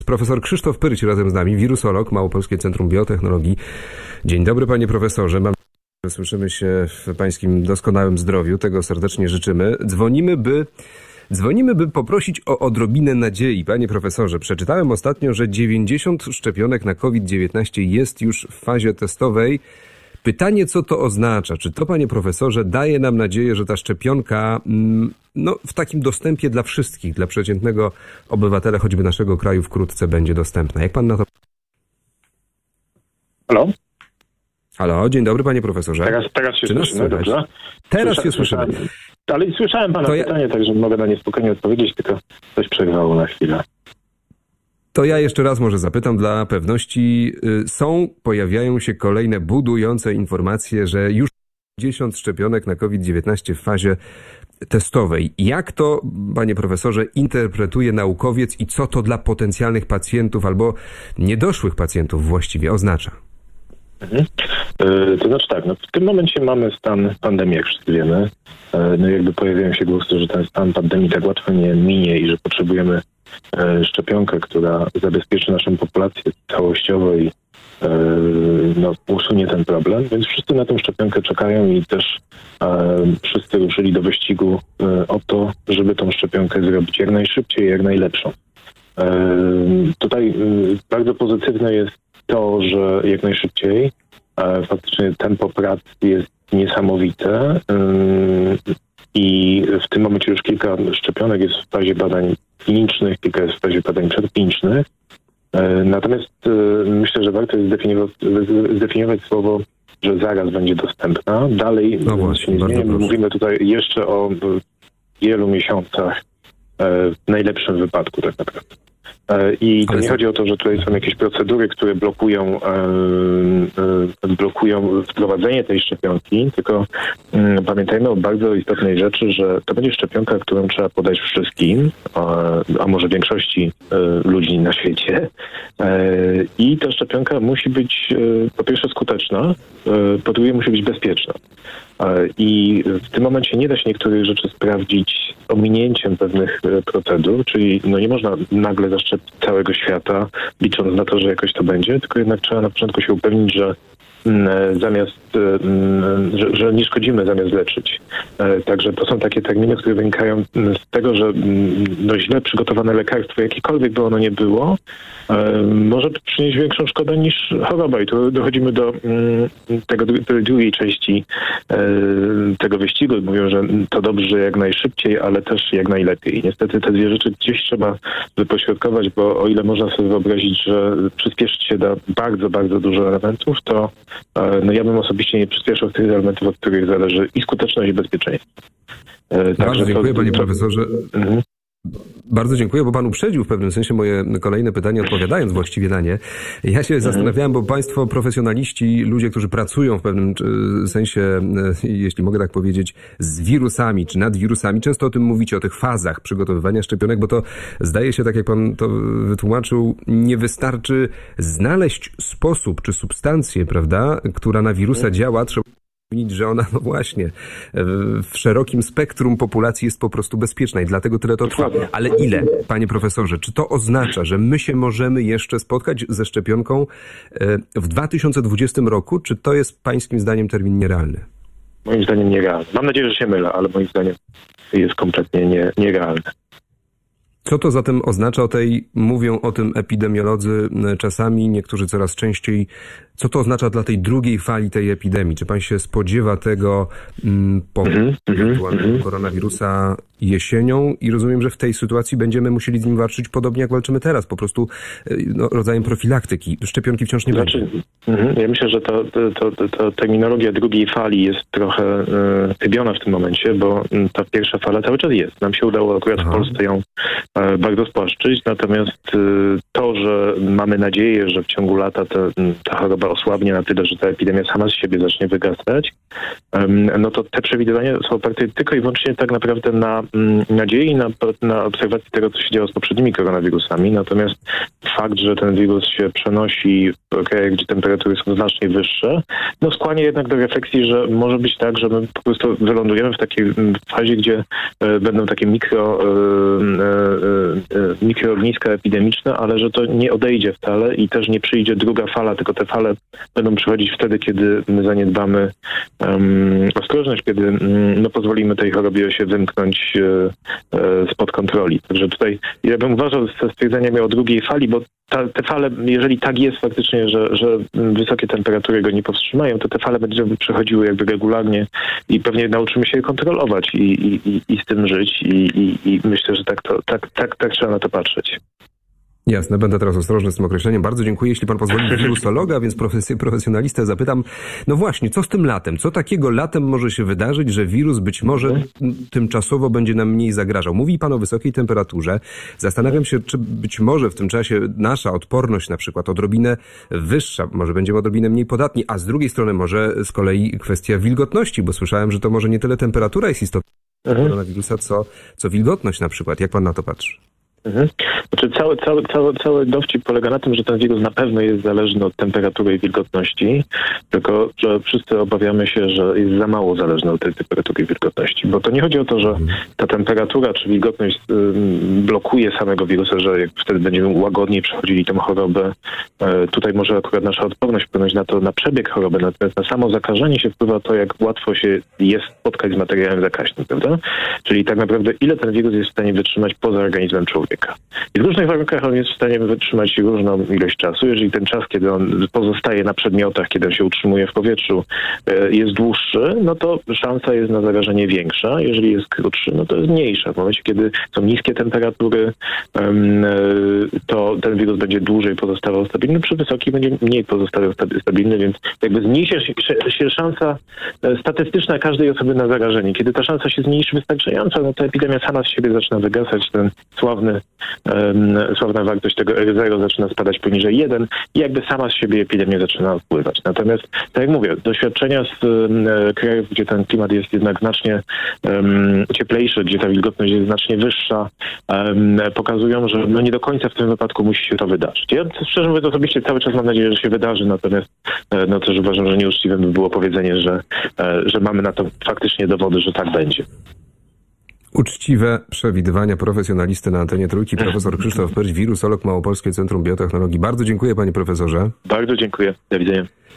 Profesor Krzysztof Pyrć razem z nami, wirusolog, Małopolskie Centrum Biotechnologii. Dzień dobry, panie profesorze. Mam nadzieję, że słyszymy się w pańskim doskonałym zdrowiu. Tego serdecznie życzymy. Dzwonimy, by poprosić o odrobinę nadziei. Panie profesorze, przeczytałem ostatnio, że 90 szczepionek na COVID-19 jest już w fazie testowej. Pytanie, co to oznacza? Czy to, panie profesorze, daje nam nadzieję, że ta szczepionka w takim dostępie dla wszystkich, dla przeciętnego obywatela, choćby naszego kraju, wkrótce będzie dostępna? Jak pan na to... Halo, dzień dobry, panie profesorze. Teraz się słyszymy, dobrze? Teraz się słyszymy. Ale słyszałem pana pytanie, także mogę na nie spokojnie odpowiedzieć, tylko coś przerwało na chwilę. To ja jeszcze raz może zapytam dla pewności. Pojawiają się kolejne budujące informacje, że już 50 szczepionek na COVID-19 w fazie testowej. Jak to, panie profesorze, interpretuje naukowiec i co to dla potencjalnych pacjentów albo niedoszłych pacjentów właściwie oznacza? To znaczy tak, w tym momencie mamy stan pandemii, jak wszyscy wiemy. Jakby pojawiają się głosy, że ten stan pandemii tak łatwo nie minie i że potrzebujemy szczepionkę, która zabezpieczy naszą populację całościowo i usunie ten problem. Więc wszyscy na tę szczepionkę czekają i też wszyscy ruszyli do wyścigu o to, żeby tą szczepionkę zrobić jak najszybciej, jak najlepszą. Tutaj bardzo pozytywne jest to, że jak najszybciej faktycznie tempo prac jest niesamowite i w tym momencie już kilka szczepionek jest w fazie badań klinicznych, kilka jest w fazie badań przedklinicznych. Natomiast myślę, że warto jest zdefiniować słowo, że zaraz będzie dostępna. Dalej się nie zmienia. Mówimy tutaj jeszcze o wielu miesiącach w najlepszym wypadku tak naprawdę. I to nie chodzi o to, że tutaj są jakieś procedury, które blokują wprowadzenie tej szczepionki, tylko pamiętajmy o bardzo istotnej rzeczy, że to będzie szczepionka, którą trzeba podać wszystkim, a może większości ludzi na świecie. I ta szczepionka musi być po pierwsze skuteczna, po drugie musi być bezpieczna. I w tym momencie nie da się niektórych rzeczy sprawdzić ominięciem pewnych procedur, czyli nie można nagle zaszczepić całego świata, licząc na to, że jakoś to będzie, tylko jednak trzeba na początku się upewnić, że że nie szkodzimy zamiast leczyć. Także to są takie terminy, które wynikają z tego, że źle przygotowane lekarstwo, jakiekolwiek by ono nie było, może przynieść większą szkodę niż choroba. I tu dochodzimy do tej drugiej części tego wyścigu. Mówią, że to dobrze jak najszybciej, ale też jak najlepiej. I niestety te dwie rzeczy gdzieś trzeba wypośrodkować, bo o ile można sobie wyobrazić, że przyspieszyć się da bardzo, bardzo dużo elementów, to ja bym osobiście nie przyspieszał tych elementów, od których zależy i skuteczność, i bezpieczeństwo. Bardzo dziękuję, panie profesorze. Bardzo dziękuję, bo pan uprzedził w pewnym sensie moje kolejne pytanie, odpowiadając właściwie na nie. Ja się zastanawiałem, bo państwo profesjonaliści, ludzie, którzy pracują w pewnym sensie, jeśli mogę tak powiedzieć, z wirusami czy nad wirusami, często o tym mówicie, o tych fazach przygotowywania szczepionek, bo to zdaje się, tak jak pan to wytłumaczył, nie wystarczy znaleźć sposób czy substancję, prawda, która na wirusa działa, trzeba że ona, w szerokim spektrum populacji jest po prostu bezpieczna i dlatego tyle to trwa. Ale ile, panie profesorze, czy to oznacza, że my się możemy jeszcze spotkać ze szczepionką w 2020 roku, czy to jest pańskim zdaniem termin nierealny? Moim zdaniem nierealny. Mam nadzieję, że się mylę, ale moim zdaniem jest kompletnie nierealny. Co to zatem oznacza? Mówią o tym epidemiolodzy czasami, niektórzy coraz częściej. Co to oznacza dla tej drugiej fali tej epidemii? Czy pan się spodziewa tego po ewentualnego koronawirusa jesienią? I rozumiem, że w tej sytuacji będziemy musieli z nim walczyć podobnie jak walczymy teraz, po prostu rodzajem profilaktyki. Szczepionki wciąż nie będzie. Ja myślę, że ta terminologia drugiej fali jest trochę chybiona w tym momencie, bo ta pierwsza fala cały czas jest. Nam się udało akurat w Polsce ją bardzo spłaszczyć, natomiast to, że mamy nadzieję, że w ciągu lata ta choroba osłabnie na tyle, że ta epidemia sama z siebie zacznie wygasać, to te przewidywania są oparte tylko i wyłącznie tak naprawdę na nadziei, na obserwacji tego, co się działo z poprzednimi koronawirusami. Natomiast fakt, że ten wirus się przenosi krajach, gdzie temperatury są znacznie wyższe, no skłania jednak do refleksji, że może być tak, że my po prostu wylądujemy w takiej fazie, gdzie będą takie mikroogniska epidemiczne, ale że to nie odejdzie wcale i też nie przyjdzie druga fala, tylko te fale będą przychodzić wtedy, kiedy my zaniedbamy ostrożność, kiedy pozwolimy tej chorobie się wymknąć spod kontroli. Także tutaj ja bym uważał, że stwierdzenie miało drugiej fali, bo te fale, jeżeli tak jest faktycznie, że wysokie temperatury go nie powstrzymają, to te fale będą przechodziły jakby regularnie i pewnie nauczymy się je kontrolować i z tym żyć i myślę, że tak trzeba na to patrzeć. Jasne, będę teraz ostrożny z tym określeniem. Bardzo dziękuję. Jeśli pan pozwoli, wirusologa, więc profesjonalistę zapytam, no właśnie, co z tym latem? Co takiego latem może się wydarzyć, że wirus być może tymczasowo będzie nam mniej zagrażał? Mówi pan o wysokiej temperaturze. Zastanawiam się, czy być może w tym czasie nasza odporność na przykład odrobinę wyższa, może będziemy odrobinę mniej podatni, a z drugiej strony może z kolei kwestia wilgotności, bo słyszałem, że to może nie tyle temperatura jest istotna koronawirusa, co wilgotność na przykład. Jak pan na to patrzy? Znaczy cały dowcip polega na tym, że ten wirus na pewno jest zależny od temperatury i wilgotności, tylko że wszyscy obawiamy się, że jest za mało zależny od tej temperatury i wilgotności, bo to nie chodzi o to, że ta temperatura czy wilgotność blokuje samego wirusa, że jak wtedy będziemy łagodniej przechodzili tę chorobę. Tutaj może akurat nasza odporność wpłynąć na przebieg choroby, natomiast na samo zakażenie się wpływa to, jak łatwo się jest spotkać z materiałem zakaźnym, prawda? Czyli tak naprawdę ile ten wirus jest w stanie wytrzymać poza organizmem człowieka. I w różnych warunkach on jest w stanie wytrzymać różną ilość czasu. Jeżeli ten czas, kiedy on pozostaje na przedmiotach, kiedy on się utrzymuje w powietrzu, jest dłuższy, no to szansa jest na zarażenie większa. Jeżeli jest krótszy, no to jest mniejsza. W momencie, kiedy są niskie temperatury, to ten wirus będzie dłużej pozostawał stabilny, przy wysokich będzie mniej pozostawał stabilny, więc jakby zmniejsza się szansa statystyczna każdej osoby na zarażenie. Kiedy ta szansa się zmniejszy wystarczająco, no to epidemia sama z siebie zaczyna wygasać, ten sławna wartość tego R0 zaczyna spadać poniżej 1 i jakby sama z siebie epidemia zaczyna wpływać. Natomiast, tak jak mówię, doświadczenia z krajów, gdzie ten klimat jest jednak znacznie cieplejszy, gdzie ta wilgotność jest znacznie wyższa, pokazują, że no nie do końca w tym wypadku musi się to wydarzyć. Ja szczerze mówiąc osobiście cały czas mam nadzieję, że się wydarzy, natomiast no też uważam, że nieuczciwe by było powiedzenie, że mamy na to faktycznie dowody, że tak będzie. Uczciwe przewidywania profesjonalisty na antenie Trójki, profesor Krzysztof Pyrś, wirusolog Małopolskie Centrum Biotechnologii. Bardzo dziękuję, panie profesorze. Bardzo dziękuję. Do widzenia.